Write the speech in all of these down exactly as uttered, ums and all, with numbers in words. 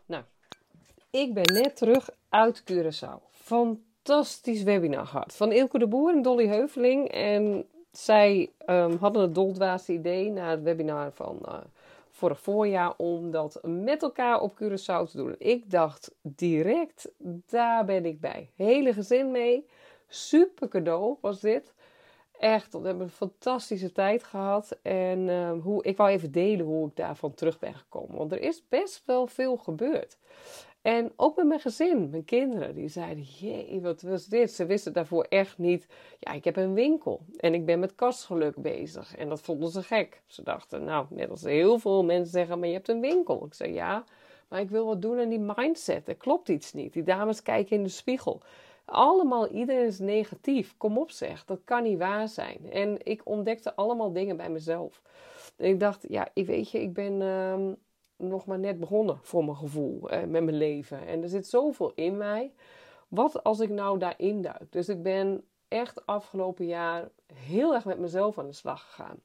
Nou, ik ben net terug uit Curaçao. Fantastisch webinar gehad. Van Ilke de Boer en Dolly Heuveling. En zij um, hadden het doldwaze idee na het webinar van uh, vorig voorjaar om dat met elkaar op Curaçao te doen. Ik dacht direct, daar ben ik bij. Hele gezin mee. Super cadeau was dit. Echt, we hebben een fantastische tijd gehad. En uh, hoe, ik wou even delen hoe ik daarvan terug ben gekomen. Want er is best wel veel gebeurd. En ook met mijn gezin, mijn kinderen, die zeiden, jee, wat was dit? Ze wisten daarvoor echt niet. Ja, ik heb een winkel en ik ben met kastgeluk bezig. En dat vonden ze gek. Ze dachten, nou, net als heel veel mensen zeggen, maar je hebt een winkel. Ik zei, ja, maar ik wil wat doen aan die mindset. Er klopt iets niet. Die dames kijken in de spiegel. Allemaal, iedereen is negatief. Kom op zeg, dat kan niet waar zijn. En ik ontdekte allemaal dingen bij mezelf. En ik dacht, ja, ik weet je, ik ben uh, nog maar net begonnen voor mijn gevoel uh, met mijn leven. En er zit zoveel in mij. Wat als ik nou daarin duik? Dus ik ben echt afgelopen jaar heel erg met mezelf aan de slag gegaan.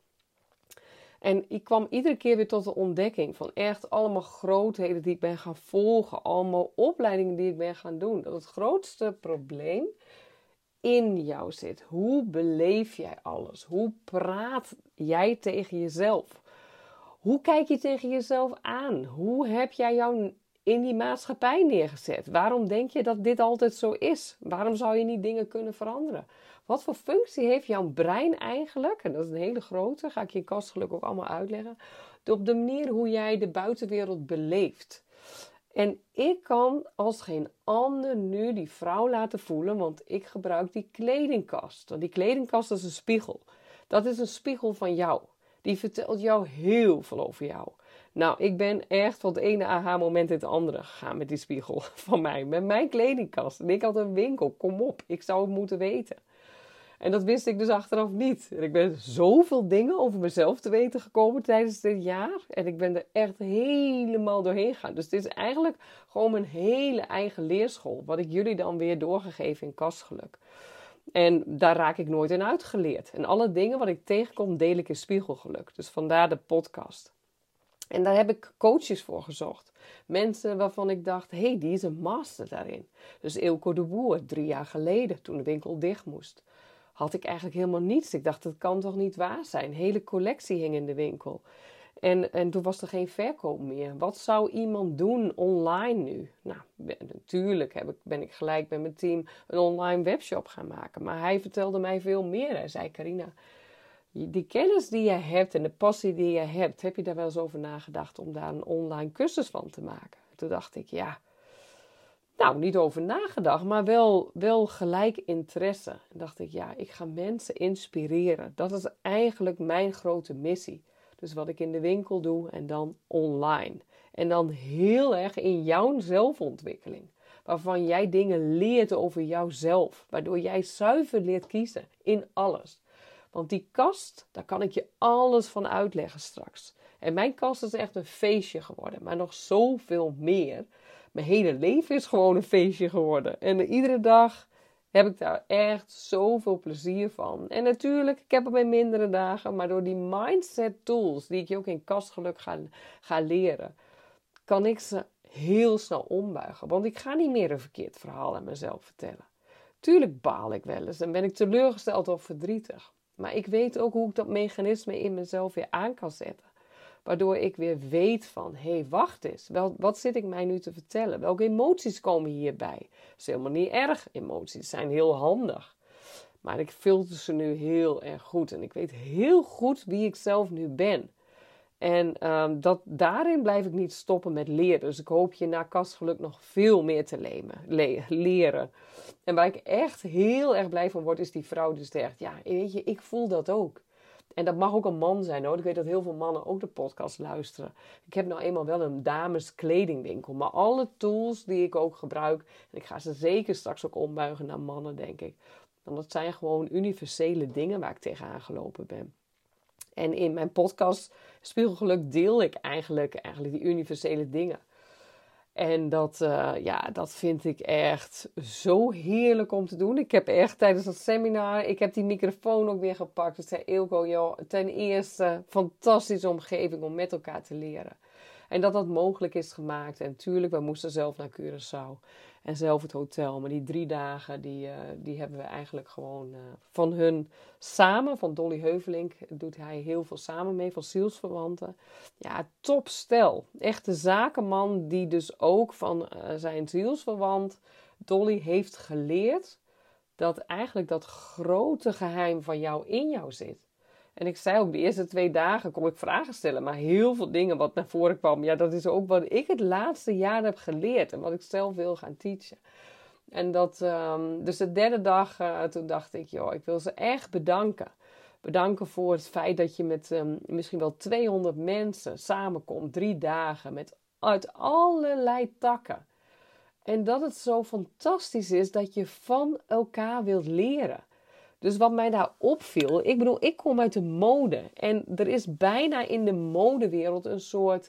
En ik kwam iedere keer weer tot de ontdekking van echt allemaal grootheden die ik ben gaan volgen. Allemaal opleidingen die ik ben gaan doen. Dat het grootste probleem in jou zit. Hoe beleef jij alles? Hoe praat jij tegen jezelf? Hoe kijk je tegen jezelf aan? Hoe heb jij jou in die maatschappij neergezet? Waarom denk je dat dit altijd zo is? Waarom zou je niet dingen kunnen veranderen? Wat voor functie heeft jouw brein eigenlijk? En dat is een hele grote, ga ik je in kastgeluk ook allemaal uitleggen. Op de manier hoe jij de buitenwereld beleeft. En ik kan als geen ander nu die vrouw laten voelen, want ik gebruik die kledingkast. Want die kledingkast is een spiegel. Dat is een spiegel van jou. Die vertelt jou heel veel over jou. Nou, ik ben echt van het ene aha-moment in het andere gegaan met die spiegel van mij. Met mijn kledingkast. En ik had een winkel, kom op. Ik zou het moeten weten. En dat wist ik dus achteraf niet. En ik ben zoveel dingen over mezelf te weten gekomen tijdens dit jaar. En ik ben er echt helemaal doorheen gegaan. Dus het is eigenlijk gewoon mijn hele eigen leerschool. Wat ik jullie dan weer doorgegeven in kastgeluk. En daar raak ik nooit in uitgeleerd. En alle dingen wat ik tegenkom, deel ik in spiegelgeluk. Dus vandaar de podcast. En daar heb ik coaches voor gezocht. Mensen waarvan ik dacht, hé, hey, die is een master daarin. Dus Ilke de Boer, drie jaar geleden, toen de winkel dicht moest, had ik eigenlijk helemaal niets. Ik dacht, dat kan toch niet waar zijn? Een hele collectie hing in de winkel. En, en toen was er geen verkoop meer. Wat zou iemand doen online nu? Nou, natuurlijk heb ik, ben ik gelijk met mijn team een online webshop gaan maken. Maar hij vertelde mij veel meer. Hij zei, Carina, die kennis die je hebt en de passie die je hebt, heb je daar wel eens over nagedacht om daar een online cursus van te maken? Toen dacht ik, ja, nou, niet over nagedacht, maar wel, wel gelijk interesse. En dacht ik, ja, ik ga mensen inspireren. Dat is eigenlijk mijn grote missie. Dus wat ik in de winkel doe en dan online. En dan heel erg in jouw zelfontwikkeling. Waarvan jij dingen leert over jouzelf. Waardoor jij zuiver leert kiezen in alles. Want die kast, daar kan ik je alles van uitleggen straks. En mijn kast is echt een feestje geworden. Maar nog zoveel meer. Mijn hele leven is gewoon een feestje geworden. En iedere dag heb ik daar echt zoveel plezier van. En natuurlijk, ik heb er mijn mindere dagen. Maar door die mindset tools die ik je ook in kastgeluk ga, ga leren, kan ik ze heel snel ombuigen. Want ik ga niet meer een verkeerd verhaal aan mezelf vertellen. Tuurlijk baal ik wel eens en ben ik teleurgesteld of verdrietig. Maar ik weet ook hoe ik dat mechanisme in mezelf weer aan kan zetten. Waardoor ik weer weet van, hé, hey, wacht eens. Wel, wat zit ik mij nu te vertellen? Welke emoties komen hierbij? Dat is helemaal niet erg. Emoties zijn heel handig. Maar ik filter ze nu heel erg goed. En ik weet heel goed wie ik zelf nu ben. En um, dat, daarin blijf ik niet stoppen met leren. Dus ik hoop je na kastgeluk nog veel meer te lemen, le- leren. En waar ik echt heel erg blij van word, is die vrouw die zegt, ja, weet je, ik voel dat ook. En dat mag ook een man zijn hoor. Ik weet dat heel veel mannen ook de podcast luisteren. Ik heb nou eenmaal wel een dames kledingwinkel. Maar alle tools die ik ook gebruik. En ik ga ze zeker straks ook ombuigen naar mannen, denk ik. Want dat zijn gewoon universele dingen waar ik tegenaan gelopen ben. En in mijn podcast Spiegelgeluk deel ik eigenlijk, eigenlijk die universele dingen. En dat, uh, ja, dat vind ik echt zo heerlijk om te doen. Ik heb echt tijdens dat seminar, ik heb die microfoon ook weer gepakt. Dus zei Ilko, joh, ten eerste fantastische omgeving om met elkaar te leren. En dat dat mogelijk is gemaakt. En tuurlijk, we moesten zelf naar Curaçao. En zelf het hotel. Maar die drie dagen, die, uh, die hebben we eigenlijk gewoon uh, van hun samen. Van Dolly Heuvelink doet hij heel veel samen mee. Van zielsverwanten. Ja, top stel. Echt de zakenman die dus ook van uh, zijn zielsverwant Dolly heeft geleerd dat eigenlijk dat grote geheim van jou in jou zit. En ik zei ook, de eerste twee dagen kon ik vragen stellen. Maar heel veel dingen wat naar voren kwam. Ja, dat is ook wat ik het laatste jaar heb geleerd. En wat ik zelf wil gaan teachen. En dat, um, dus de derde dag, uh, toen dacht ik, joh, ik wil ze echt bedanken. Bedanken voor het feit dat je met um, misschien wel tweehonderd mensen samenkomt. Drie dagen met uit allerlei takken. En dat het zo fantastisch is dat je van elkaar wilt leren. Dus wat mij daar opviel, ik bedoel, ik kom uit de mode. En er is bijna in de modewereld een soort...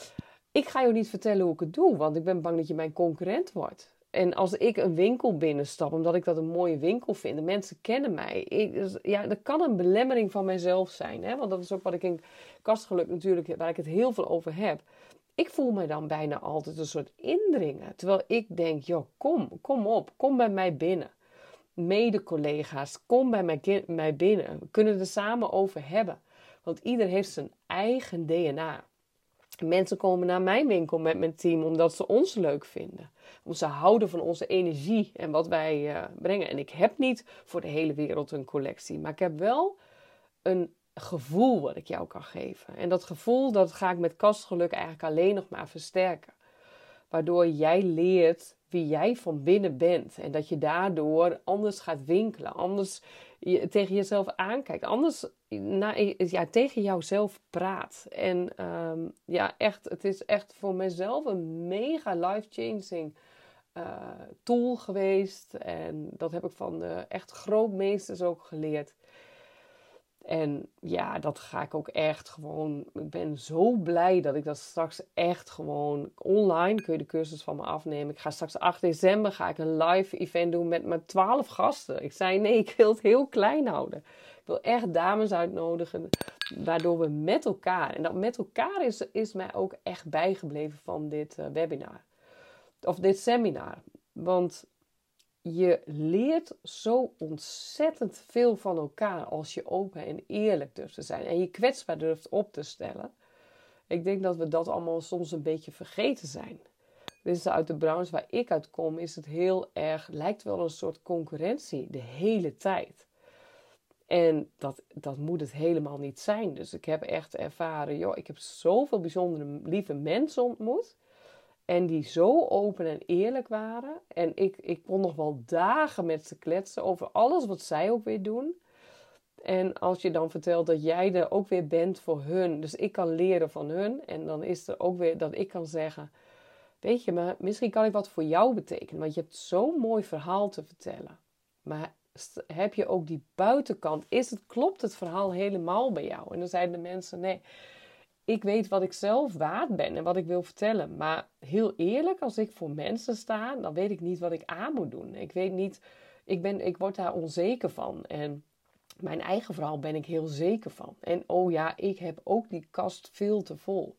Ik ga je niet vertellen hoe ik het doe, want ik ben bang dat je mijn concurrent wordt. En als ik een winkel binnenstap, omdat ik dat een mooie winkel vind, de mensen kennen mij. Ik, dus, ja, dat kan een belemmering van mijzelf zijn. Hè? Want dat is ook wat ik in Kastgeluk natuurlijk, waar ik het heel veel over heb. Ik voel me dan bijna altijd een soort indringer. Terwijl ik denk, joh, kom, kom op, kom bij mij binnen. Mede-collega's, kom bij mij, mij binnen. We kunnen er samen over hebben. Want ieder heeft zijn eigen D N A. Mensen komen naar mijn winkel met mijn team omdat ze ons leuk vinden. Omdat ze houden van onze energie en wat wij uh, brengen. En ik heb niet voor de hele wereld een collectie. Maar ik heb wel een gevoel wat ik jou kan geven. En dat gevoel, dat ga ik met Kastgeluk eigenlijk alleen nog maar versterken. Waardoor jij leert wie jij van binnen bent. En dat je daardoor anders gaat winkelen. Anders je, tegen jezelf aankijkt. Anders na, ja, tegen jouzelf praat. En um, ja, echt, het is echt voor mezelf een mega life-changing uh, tool geweest. En dat heb ik van de echt grootmeesters ook geleerd. En ja, dat ga ik ook echt gewoon... Ik ben zo blij dat ik dat straks echt gewoon... Online kun je de cursus van me afnemen. Ik ga straks acht december ga ik een live event doen met maar twaalf gasten. Ik zei nee, ik wil het heel klein houden. Ik wil echt dames uitnodigen. Waardoor we met elkaar... En dat met elkaar is, is mij ook echt bijgebleven van dit uh, webinar. Of dit seminar. Want... Je leert zo ontzettend veel van elkaar als je open en eerlijk durft te zijn. En je kwetsbaar durft op te stellen. Ik denk dat we dat allemaal soms een beetje vergeten zijn. Dus uit de branche waar ik uit kom is het heel erg, lijkt wel een soort concurrentie de hele tijd. En dat, dat moet het helemaal niet zijn. Dus ik heb echt ervaren, joh, ik heb zoveel bijzondere lieve mensen ontmoet. En die zo open en eerlijk waren. En ik, ik kon nog wel dagen met ze kletsen over alles wat zij ook weer doen. En als je dan vertelt dat jij er ook weer bent voor hun. Dus ik kan leren van hun. En dan is er ook weer dat ik kan zeggen... Weet je, maar misschien kan ik wat voor jou betekenen. Want je hebt zo'n mooi verhaal te vertellen. Maar heb je ook die buitenkant? Is het, klopt het verhaal helemaal bij jou? En dan zeiden de mensen, nee... Ik weet wat ik zelf waard ben en wat ik wil vertellen. Maar heel eerlijk, als ik voor mensen sta, dan weet ik niet wat ik aan moet doen. Ik weet niet, ik, ben, ik word daar onzeker van. En mijn eigen verhaal ben ik heel zeker van. En oh ja, ik heb ook die kast veel te vol.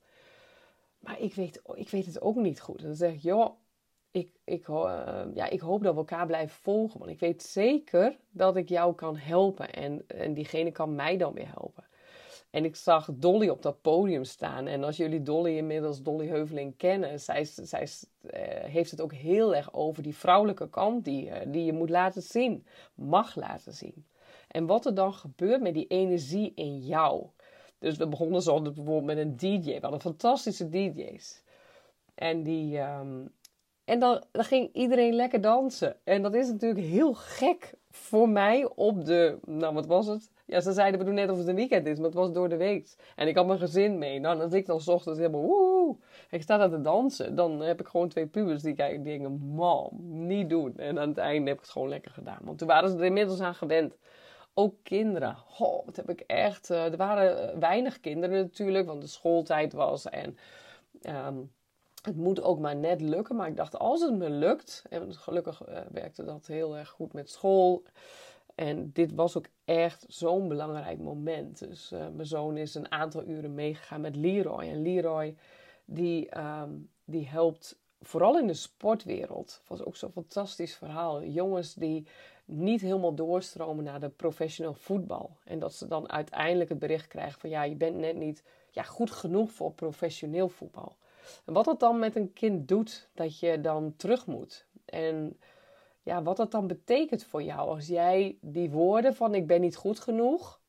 Maar ik weet, ik weet het ook niet goed. En dan zeg ik, joh, ik, ik, uh, ja, ik hoop dat we elkaar blijven volgen. Want ik weet zeker dat ik jou kan helpen. En, en diegene kan mij dan weer helpen. En ik zag Dolly op dat podium staan. En als jullie Dolly inmiddels, Dolly Heuvelink, kennen... zij, zij uh, heeft het ook heel erg over die vrouwelijke kant... Die, uh, die je moet laten zien, mag laten zien. En wat er dan gebeurt met die energie in jou. Dus we begonnen zo bijvoorbeeld met een D J. We hadden fantastische D J's. En, die, um, en dan, dan ging iedereen lekker dansen. En dat is natuurlijk heel gek voor mij op de... Nou, wat was het? Ja, ze zeiden, we doen net of het een weekend is, maar het was door de week. En ik had mijn gezin mee. Nou, als ik dan 's ochtends helemaal woe, ik sta daar te dansen, dan heb ik gewoon twee pubers die kijken, die denken, man, niet doen. En aan het einde heb ik het gewoon lekker gedaan. Want toen waren ze er inmiddels aan gewend. Ook kinderen. Oh, wat heb ik echt... Uh, er waren weinig kinderen natuurlijk, want de schooltijd was. En um, het moet ook maar net lukken. Maar ik dacht, als het me lukt... En gelukkig uh, werkte dat heel erg goed met school... En dit was ook echt zo'n belangrijk moment. Dus uh, mijn zoon is een aantal uren meegegaan met Leroy. En Leroy, Die, ehm, die helpt, vooral in de sportwereld, was ook zo'n fantastisch verhaal. Jongens die niet helemaal doorstromen naar de professioneel voetbal. En dat ze dan uiteindelijk het bericht krijgen van ja, je bent net niet ja, goed genoeg voor professioneel voetbal. En wat dat dan met een kind doet, dat je dan terug moet. En ja, wat dat dan betekent voor jou als jij die woorden van ik ben niet goed genoeg,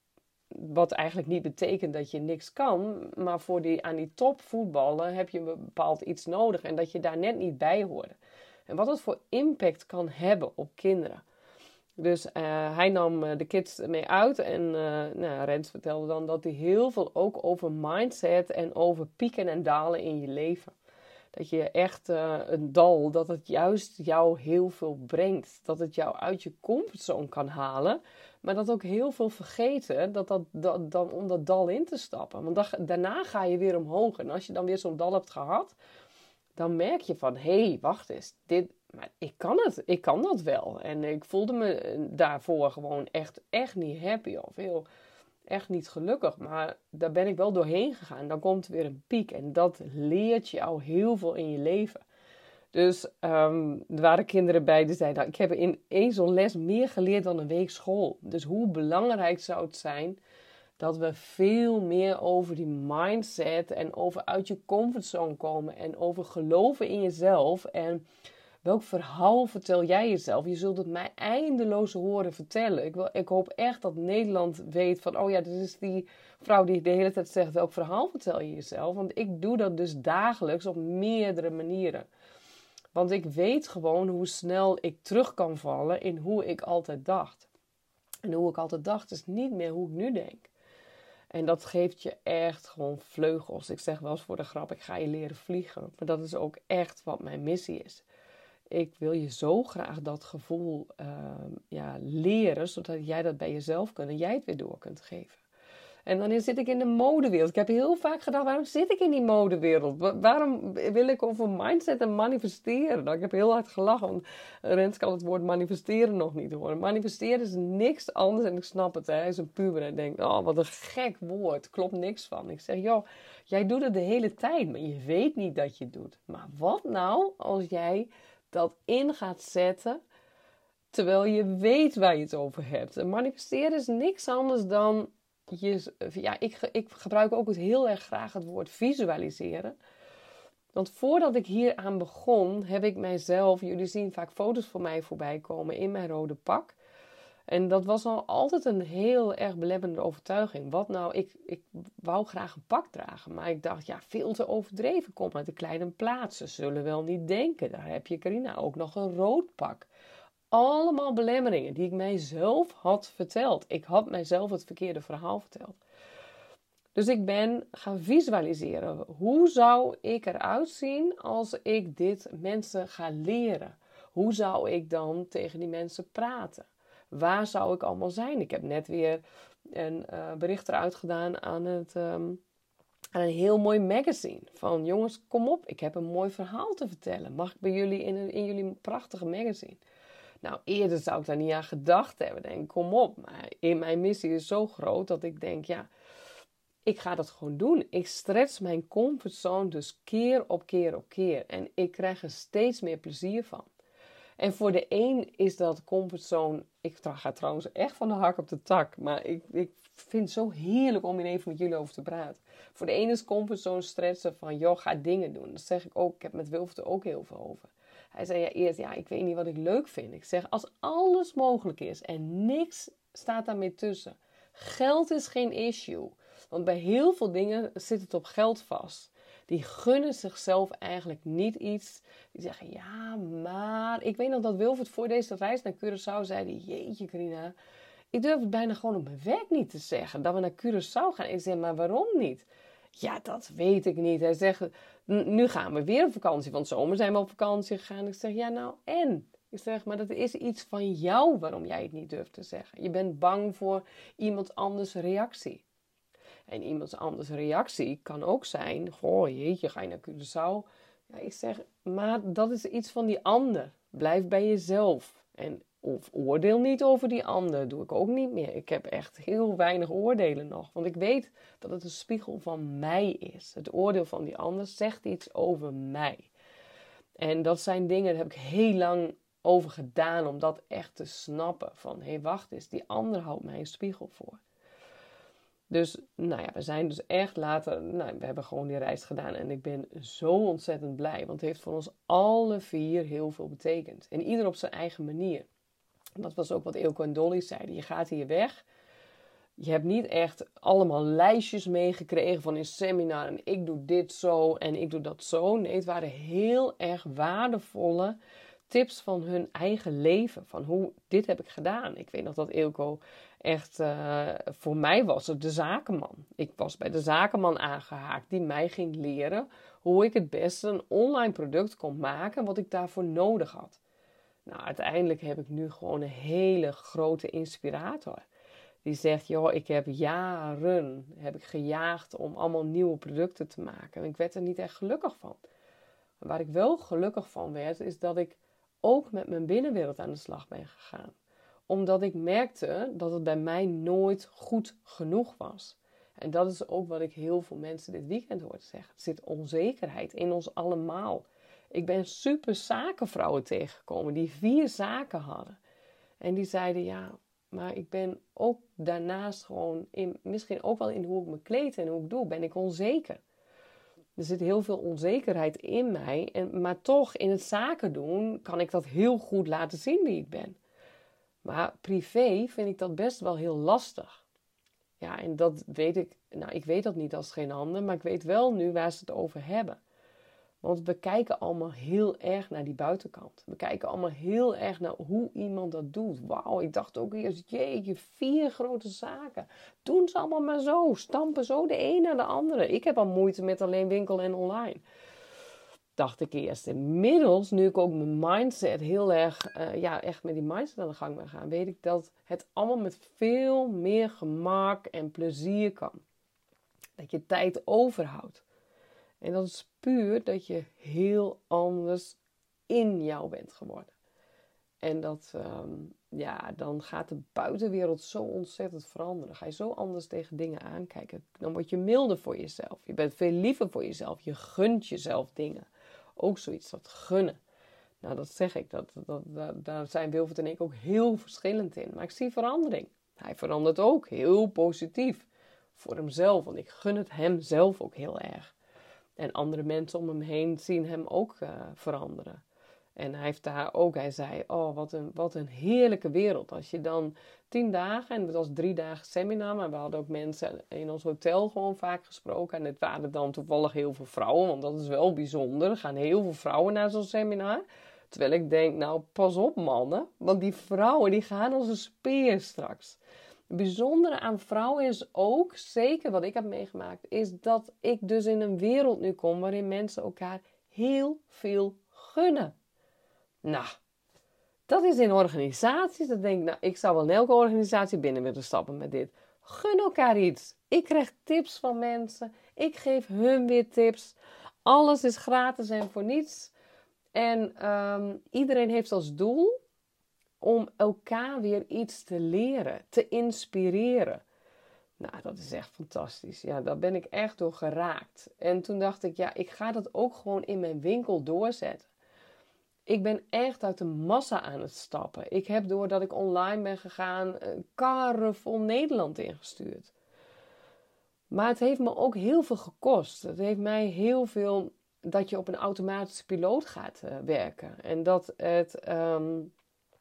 wat eigenlijk niet betekent dat je niks kan, maar voor die, aan die top voetballen heb je een bepaald iets nodig en dat je daar net niet bij hoorde. En wat dat voor impact kan hebben op kinderen. Dus uh, hij nam uh, de kids mee uit en uh, nou, Rens vertelde dan dat hij heel veel ook over mindset en over pieken en dalen in je leven. Dat je echt uh, een dal, dat het juist jou heel veel brengt. Dat het jou uit je comfortzone kan halen. Maar dat ook heel veel vergeten dat dat, dat, dan om dat dal in te stappen. Want da- daarna ga je weer omhoog. En als je dan weer zo'n dal hebt gehad, dan merk je van, hé, hey, wacht eens. Dit, maar ik kan het, ik kan dat wel. En ik voelde me daarvoor gewoon echt, echt niet happy of heel... echt niet gelukkig, maar daar ben ik wel doorheen gegaan. Dan komt er weer een piek en dat leert jou heel veel in je leven. Dus um, er waren kinderen bij die zeiden, nou, ik heb in één zo'n les meer geleerd dan een week school. Dus hoe belangrijk zou het zijn dat we veel meer over die mindset en over uit je comfortzone komen en over geloven in jezelf en... welk verhaal vertel jij jezelf? Je zult het mij eindeloos horen vertellen. Ik, wil, ik hoop echt dat Nederland weet van... oh ja, dit is die vrouw die de hele tijd zegt... welk verhaal vertel je jezelf? Want ik doe dat dus dagelijks op meerdere manieren. Want ik weet gewoon hoe snel ik terug kan vallen... in hoe ik altijd dacht. En hoe ik altijd dacht is niet meer hoe ik nu denk. En dat geeft je echt gewoon vleugels. Ik zeg wel eens voor de grap, ik ga je leren vliegen. Maar dat is ook echt wat mijn missie is. Ik wil je zo graag dat gevoel uh, ja, leren, zodat jij dat bij jezelf kunt en jij het weer door kunt geven. En dan zit ik in de modewereld. Ik heb heel vaak gedacht, waarom zit ik in die modewereld? Waarom wil ik over mindset en manifesteren? Nou, ik heb heel hard gelachen, want Rens kan het woord manifesteren nog niet horen. Manifesteren is niks anders, en ik snap het, hè. Hij is een puber en denkt, oh, wat een gek woord, klopt niks van. Ik zeg, joh, jij doet het de hele tijd, maar je weet niet dat je het doet. Maar wat nou als jij dat in gaat zetten, terwijl je weet waar je het over hebt? En manifesteren is niks anders dan... Je, ja, ik, ik gebruik ook het heel erg graag het woord visualiseren. Want voordat ik hier aan begon, heb ik mijzelf... Jullie zien vaak foto's van mij voorbij komen in mijn rode pak. En dat was al altijd een heel erg belemmerende overtuiging. Wat nou, ik, ik wou graag een pak dragen. Maar ik dacht, ja, veel te overdreven. Kom uit de kleine plaats. Ze zullen wel niet denken. Daar heb je, Carina, ook nog een rood pak. Allemaal belemmeringen die ik mijzelf had verteld. Ik had mijzelf het verkeerde verhaal verteld. Dus ik ben gaan visualiseren. Hoe zou ik eruit zien als ik dit mensen ga leren? Hoe zou ik dan tegen die mensen praten? Waar zou ik allemaal zijn? Ik heb net weer een uh, bericht eruit gedaan aan, het, um, aan een heel mooi magazine. Van jongens, kom op, ik heb een mooi verhaal te vertellen. Mag ik bij jullie in, een, in jullie prachtige magazine? Nou, eerder zou ik daar niet aan gedacht hebben. Denk, kom op. Maar in mijn missie is zo groot dat ik denk, ja, ik ga dat gewoon doen. Ik stretch mijn comfortzone dus keer op keer op keer. En ik krijg er steeds meer plezier van. En voor de een is dat comfortzone... Ik ga trouwens echt van de hak op de tak. Maar ik, ik vind het zo heerlijk om hier even met jullie over te praten. Voor de een is comfortzone stretchen van... joh, ga dingen doen. Dat zeg ik ook. Ik heb met Wilfert er ook heel veel over. Hij zei ja, eerst, ja, ik weet niet wat ik leuk vind. Ik zeg, als alles mogelijk is en niks staat daarmee tussen. Geld is geen issue. Want bij heel veel dingen zit het op geld vast. Die gunnen zichzelf eigenlijk niet iets. Die zeggen, ja, maar... Ik weet nog dat Wilfert voor deze reis naar Curaçao zei... Jeetje, Carina, ik durf het bijna gewoon op mijn werk niet te zeggen. Dat we naar Curaçao gaan. Ik zeg, maar waarom niet? Ja, dat weet ik niet. Hij zegt, nu gaan we weer op vakantie. Want zomer zijn we op vakantie gegaan. Ik zeg, ja, nou en? Ik zeg, maar dat is iets van jou waarom jij het niet durft te zeggen. Je bent bang voor iemand anders reactie. En iemand anders reactie kan ook zijn... Goh, jeetje, ga je naar Curaçao? Ja, ik zeg, maar dat is iets van die ander. Blijf bij jezelf. En Of oordeel niet over die ander, doe ik ook niet meer. Ik heb echt heel weinig oordelen nog. Want ik weet dat het een spiegel van mij is. Het oordeel van die ander zegt iets over mij. En dat zijn dingen, daar heb ik heel lang over gedaan om dat echt te snappen. Van, hé, hey, wacht eens, die ander houdt mij een spiegel voor. Dus, nou ja, we zijn dus echt later, nou, we hebben gewoon die reis gedaan. En ik ben zo ontzettend blij, want het heeft voor ons alle vier heel veel betekend. En ieder op zijn eigen manier. Dat was ook wat Eelco en Dolly zeiden. Je gaat hier weg. Je hebt niet echt allemaal lijstjes meegekregen van een seminar. En ik doe dit zo en ik doe dat zo. Nee, het waren heel erg waardevolle tips van hun eigen leven. Van hoe, dit heb ik gedaan. Ik weet nog dat Eelco echt, uh, voor mij was het de zakenman. Ik was bij de zakenman aangehaakt die mij ging leren hoe ik het beste een online product kon maken wat ik daarvoor nodig had. Nou, uiteindelijk heb ik nu gewoon een hele grote inspirator. Die zegt, joh, ik heb jaren heb ik gejaagd om allemaal nieuwe producten te maken. En ik werd er niet echt gelukkig van. Maar waar ik wel gelukkig van werd, is dat ik ook met mijn binnenwereld aan de slag ben gegaan. Omdat ik merkte dat het bij mij nooit goed genoeg was. En dat is ook wat ik heel veel mensen dit weekend hoor te zeggen. Er zit onzekerheid in ons allemaal. Ik ben super zakenvrouwen tegengekomen die vier zaken hadden. En die zeiden, ja, maar ik ben ook daarnaast gewoon, in, misschien ook wel in hoe ik me kleed en hoe ik doe, ben ik onzeker. Er zit heel veel onzekerheid in mij. En, maar toch, in het zaken doen, kan ik dat heel goed laten zien wie ik ben. Maar privé vind ik dat best wel heel lastig. Ja, en dat weet ik, nou, ik weet dat niet als geen ander, maar ik weet wel nu waar ze het over hebben. Want we kijken allemaal heel erg naar die buitenkant. We kijken allemaal heel erg naar hoe iemand dat doet. Wauw, ik dacht ook eerst, jeetje, vier grote zaken. Doen ze allemaal maar zo. Stampen zo de een naar de andere. Ik heb al moeite met alleen winkel en online. Dacht ik eerst. Inmiddels, nu ik ook mijn mindset heel erg, uh, ja, echt met die mindset aan de gang ben gaan, weet ik dat het allemaal met veel meer gemak en plezier kan. Dat je tijd overhoudt. En dat is puur dat je heel anders in jou bent geworden. En dat, um, ja, dan gaat de buitenwereld zo ontzettend veranderen. Dan ga je zo anders tegen dingen aankijken. Dan word je milder voor jezelf. Je bent veel liever voor jezelf. Je gunt jezelf dingen. Ook zoiets, dat gunnen. Nou, dat zeg ik. Dat, dat, dat, daar zijn Wilfred en ik ook heel verschillend in. Maar ik zie verandering. Hij verandert ook heel positief. Voor hemzelf. Want ik gun het hem zelf ook heel erg. En andere mensen om hem heen zien hem ook uh, veranderen. En hij heeft daar ook, hij zei, oh wat een, wat een heerlijke wereld. Als je dan tien dagen, en het was drie dagen seminar, maar we hadden ook mensen in ons hotel gewoon vaak gesproken. En het waren dan toevallig heel veel vrouwen, want dat is wel bijzonder. Er gaan heel veel vrouwen naar zo'n seminar. Terwijl ik denk, nou pas op mannen, want die vrouwen die gaan als een speer straks. Het bijzondere aan vrouwen is ook, zeker wat ik heb meegemaakt, is dat ik dus in een wereld nu kom waarin mensen elkaar heel veel gunnen. Nou, dat is in organisaties, dat denk ik, nou, ik zou wel in elke organisatie binnen willen stappen met dit. Gun elkaar iets. Ik krijg tips van mensen, ik geef hun weer tips. Alles is gratis en voor niets. En um, iedereen heeft als doel om elkaar weer iets te leren, te inspireren. Nou, dat is echt fantastisch. Ja, daar ben ik echt door geraakt. En toen dacht ik, ja, ik ga dat ook gewoon in mijn winkel doorzetten. Ik ben echt uit de massa aan het stappen. Ik heb, doordat ik online ben gegaan, karren vol Nederland ingestuurd. Maar het heeft me ook heel veel gekost. Het heeft mij heel veel, dat je op een automatische piloot gaat uh, werken. En dat het... Um,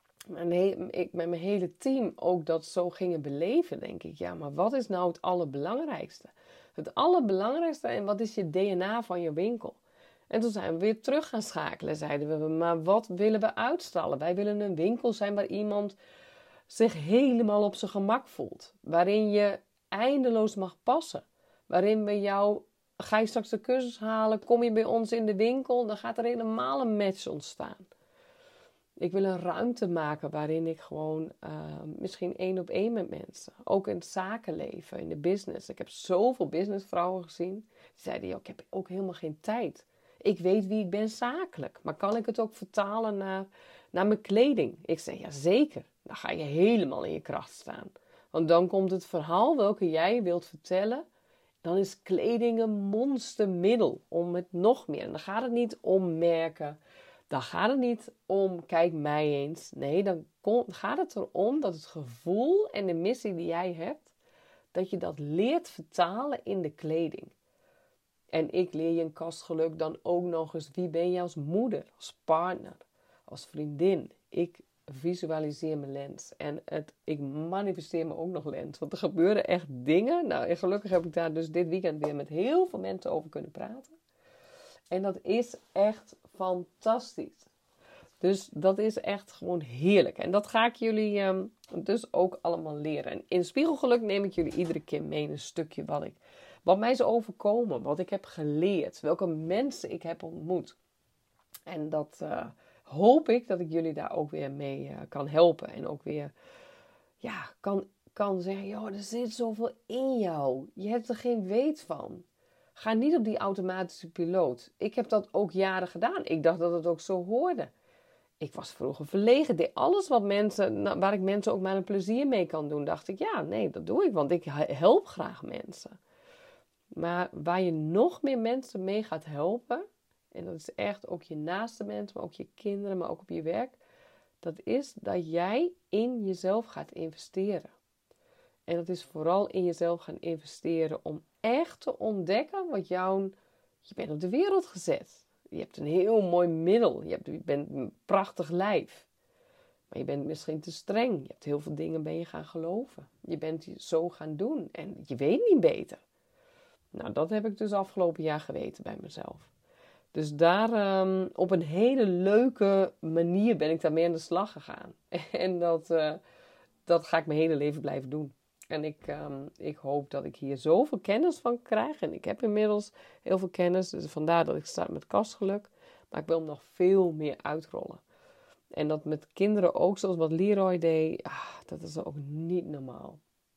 ik met mijn hele team ook dat zo gingen beleven, denk ik. Ja, maar wat is nou het allerbelangrijkste? Het allerbelangrijkste en wat is je D N A van je winkel? En toen zijn we weer terug gaan schakelen. Zeiden we, maar wat willen we uitstralen? Wij willen een winkel zijn waar iemand zich helemaal op zijn gemak voelt. Waarin je eindeloos mag passen. Waarin we jou, ga je straks de cursus halen, kom je bij ons in de winkel, dan gaat er helemaal een match ontstaan. Ik wil een ruimte maken waarin ik gewoon uh, misschien één op één met mensen. Ook in het zakenleven, in de business. Ik heb zoveel businessvrouwen gezien. Die zeiden, joh, ik heb ook helemaal geen tijd. Ik weet wie ik ben zakelijk. Maar kan ik het ook vertalen naar, naar mijn kleding? Ik zeg, ja zeker. Dan ga je helemaal in je kracht staan. Want dan komt het verhaal welke jij wilt vertellen. Dan is kleding een monstermiddel om het nog meer. En dan gaat het niet om merken. Dan gaat het niet om, kijk mij eens. Nee, dan gaat het erom dat het gevoel en de missie die jij hebt, dat je dat leert vertalen in de kleding. En ik leer je een kastgeluk dan ook nog eens, wie ben je als moeder, als partner, als vriendin. Ik visualiseer mijn lens en het, ik manifesteer me ook nog lens. Want er gebeuren echt dingen. Nou, en gelukkig heb ik daar dus dit weekend weer met heel veel mensen over kunnen praten. En dat is echt fantastisch. Dus dat is echt gewoon heerlijk. En dat ga ik jullie um, dus ook allemaal leren. En in Spiegelgeluk neem ik jullie iedere keer mee een stukje wat, ik, wat mij is overkomen. Wat ik heb geleerd. Welke mensen ik heb ontmoet. En dat uh, hoop ik dat ik jullie daar ook weer mee uh, kan helpen. En ook weer ja, kan, kan zeggen, joh, er zit zoveel in jou. Je hebt er geen weet van. Ga niet op die automatische piloot. Ik heb dat ook jaren gedaan. Ik dacht dat het ook zo hoorde. Ik was vroeger verlegen. Deed alles wat mensen, waar ik mensen ook maar een plezier mee kan doen. Dacht ik, ja, nee, dat doe ik. Want ik help graag mensen. Maar waar je nog meer mensen mee gaat helpen. En dat is echt ook je naaste mensen, maar ook je kinderen, maar ook op je werk. Dat is dat jij in jezelf gaat investeren. En dat is vooral in jezelf gaan investeren om echt te ontdekken wat jouw... Je bent op de wereld gezet. Je hebt een heel mooi middel. Je, hebt, je bent een prachtig lijf. Maar je bent misschien te streng. Je hebt heel veel dingen ben je gaan geloven. Je bent zo gaan doen. En je weet niet beter. Nou, dat heb ik dus afgelopen jaar geweten bij mezelf. Dus daar um, op een hele leuke manier ben ik daarmee aan de slag gegaan. En dat, uh, dat ga ik mijn hele leven blijven doen. En ik, um, ik hoop dat ik hier zoveel kennis van krijg. En ik heb inmiddels heel veel kennis. Dus vandaar dat ik start met kastgeluk. Maar ik wil hem nog veel meer uitrollen. En dat met kinderen ook, zoals wat Leroy deed. Ah, dat is ook niet normaal.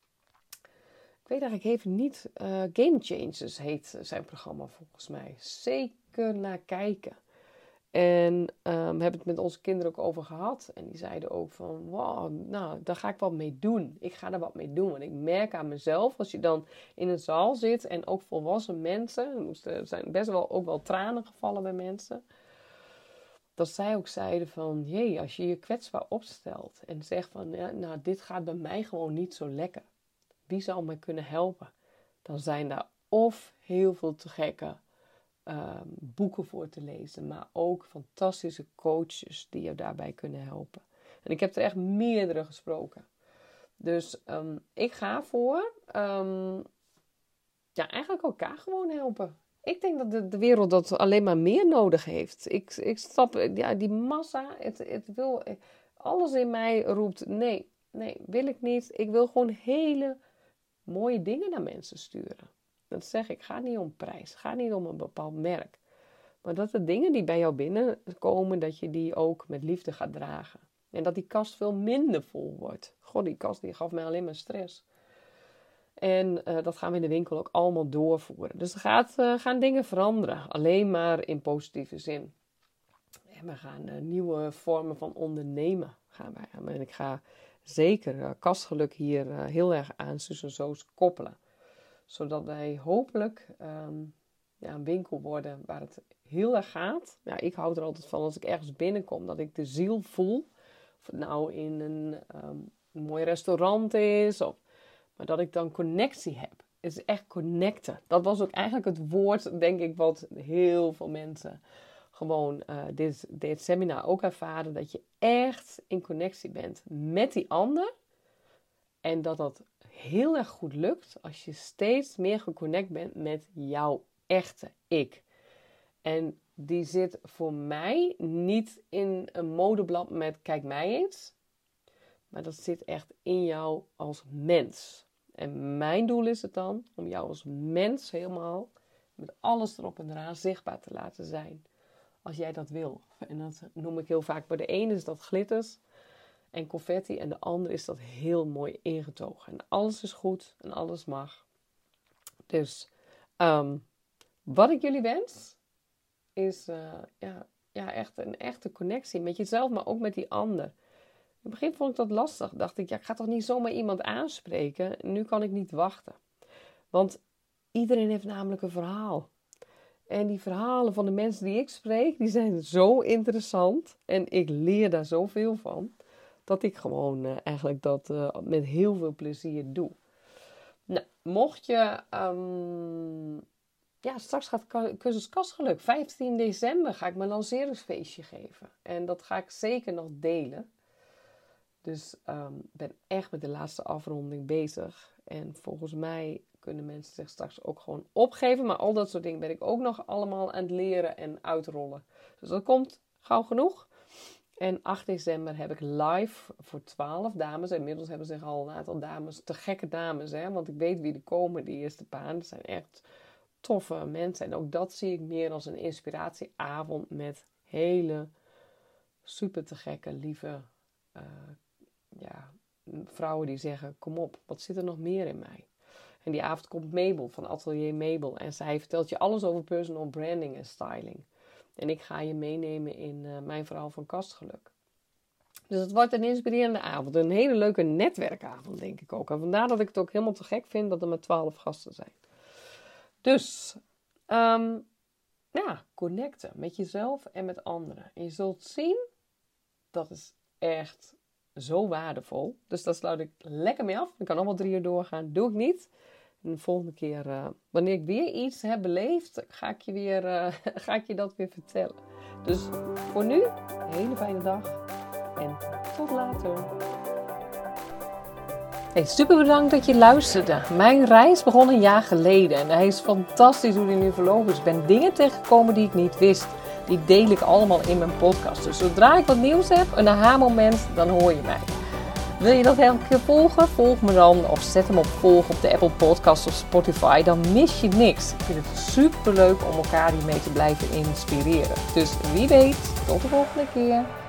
Ik weet eigenlijk even niet. Uh, Game Changers heet zijn programma volgens mij. Zeker naar kijken. En um, we hebben het met onze kinderen ook over gehad. En die zeiden ook van, wow, nou, daar ga ik wat mee doen. Ik ga er wat mee doen. En ik merk aan mezelf, als je dan in een zaal zit en ook volwassen mensen, er zijn best wel ook wel tranen gevallen bij mensen, dat zij ook zeiden van, jee, als je je kwetsbaar opstelt en zegt van, ja, nou, dit gaat bij mij gewoon niet zo lekker. Wie zou mij kunnen helpen? Dan zijn daar of heel veel te gekke Uh, boeken voor te lezen, maar ook fantastische coaches die je daarbij kunnen helpen. En ik heb er echt meerdere gesproken. Dus um, ik ga voor um, ja, eigenlijk elkaar gewoon helpen. Ik denk dat de, de wereld dat alleen maar meer nodig heeft. Ik, ik stap, ja, die massa, het, het wil, alles in mij roept, nee, nee, wil ik niet. Ik wil gewoon hele mooie dingen naar mensen sturen. Dat zeg ik, gaat niet om prijs, gaat niet om een bepaald merk. Maar dat de dingen die bij jou binnenkomen, dat je die ook met liefde gaat dragen. En dat die kast veel minder vol wordt. God, die kast die gaf mij alleen maar stress. En uh, dat gaan we in de winkel ook allemaal doorvoeren. Dus er gaat, uh, gaan dingen veranderen, alleen maar in positieve zin. En we gaan uh, nieuwe vormen van ondernemen gaan wij aan. En ik ga zeker uh, kastgeluk hier uh, heel erg aan Susan Soos koppelen. Zodat wij hopelijk um, ja, een winkel worden waar het heel erg gaat. Ja, ik hou er altijd van als ik ergens binnenkom dat ik de ziel voel. Of het nou in een, um, een mooi restaurant is. Of, maar dat ik dan connectie heb. Het is echt connecten. Dat was ook eigenlijk het woord, denk ik, wat heel veel mensen gewoon uh, dit, dit seminar ook ervaren. Dat je echt in connectie bent met die ander. En dat dat heel erg goed lukt als je steeds meer geconnect bent met jouw echte ik. En die zit voor mij niet in een modeblad met kijk mij eens. Maar dat zit echt in jou als mens. En mijn doel is het dan om jou als mens helemaal met alles erop en eraan zichtbaar te laten zijn. Als jij dat wil. En dat noem ik heel vaak. Bij de ene is dat glitters en confetti. En de andere is dat heel mooi ingetogen. En alles is goed en alles mag. Dus um, wat ik jullie wens, is uh, ja, ja, echt een echte connectie met jezelf, maar ook met die ander. In het begin vond ik dat lastig. Dacht ik, ja, ik ga toch niet zomaar iemand aanspreken. Nu kan ik niet wachten. Want iedereen heeft namelijk een verhaal. En die verhalen van de mensen die ik spreek, die zijn zo interessant. En ik leer daar zoveel van. Dat ik gewoon uh, eigenlijk dat uh, met heel veel plezier doe. Nou, mocht je... Um, ja, straks gaat cursus Kastgeluk. vijftien december ga ik mijn lanceringsfeestje geven. En dat ga ik zeker nog delen. Dus ik um, ben echt met de laatste afronding bezig. En volgens mij kunnen mensen zich straks ook gewoon opgeven. Maar al dat soort dingen ben ik ook nog allemaal aan het leren en uitrollen. Dus dat komt gauw genoeg. En acht december heb ik live voor twaalf dames. Inmiddels hebben zich al een aantal dames, te gekke dames. Hè? Want ik weet wie er komen, die eerste paar. Dat zijn echt toffe mensen. En ook dat zie ik meer als een inspiratieavond met hele super te gekke, lieve uh, ja, vrouwen die zeggen, kom op, wat zit er nog meer in mij? En die avond komt Mabel van Atelier Mabel. En zij vertelt je alles over personal branding en styling. En ik ga je meenemen in uh, mijn verhaal van Kastgeluk. Dus het wordt een inspirerende avond. Een hele leuke netwerkavond, denk ik ook. En vandaar dat ik het ook helemaal te gek vind dat er maar twaalf gasten zijn. Dus, um, ja, connecten met jezelf en met anderen. En je zult zien, dat is echt zo waardevol. Dus daar sluit ik lekker mee af. Ik kan allemaal drie uur doorgaan. Doe ik niet. En de volgende keer, uh, wanneer ik weer iets heb beleefd, ga ik je, weer, uh, ga ik je dat weer vertellen. Dus voor nu, een hele fijne dag. En tot later. Hey, super bedankt dat je luisterde. Mijn reis begon een jaar geleden. En hij is fantastisch hoe die nu verlopen is. Ik ben dingen tegengekomen die ik niet wist. Die deel ik allemaal in mijn podcast. Dus zodra ik wat nieuws heb, een aha-moment, dan hoor je mij. Wil je dat elke keer volgen? Volg me dan of zet hem op volg op de Apple Podcast of Spotify. Dan mis je niks. Ik vind het super leuk om elkaar hiermee te blijven inspireren. Dus wie weet, tot de volgende keer.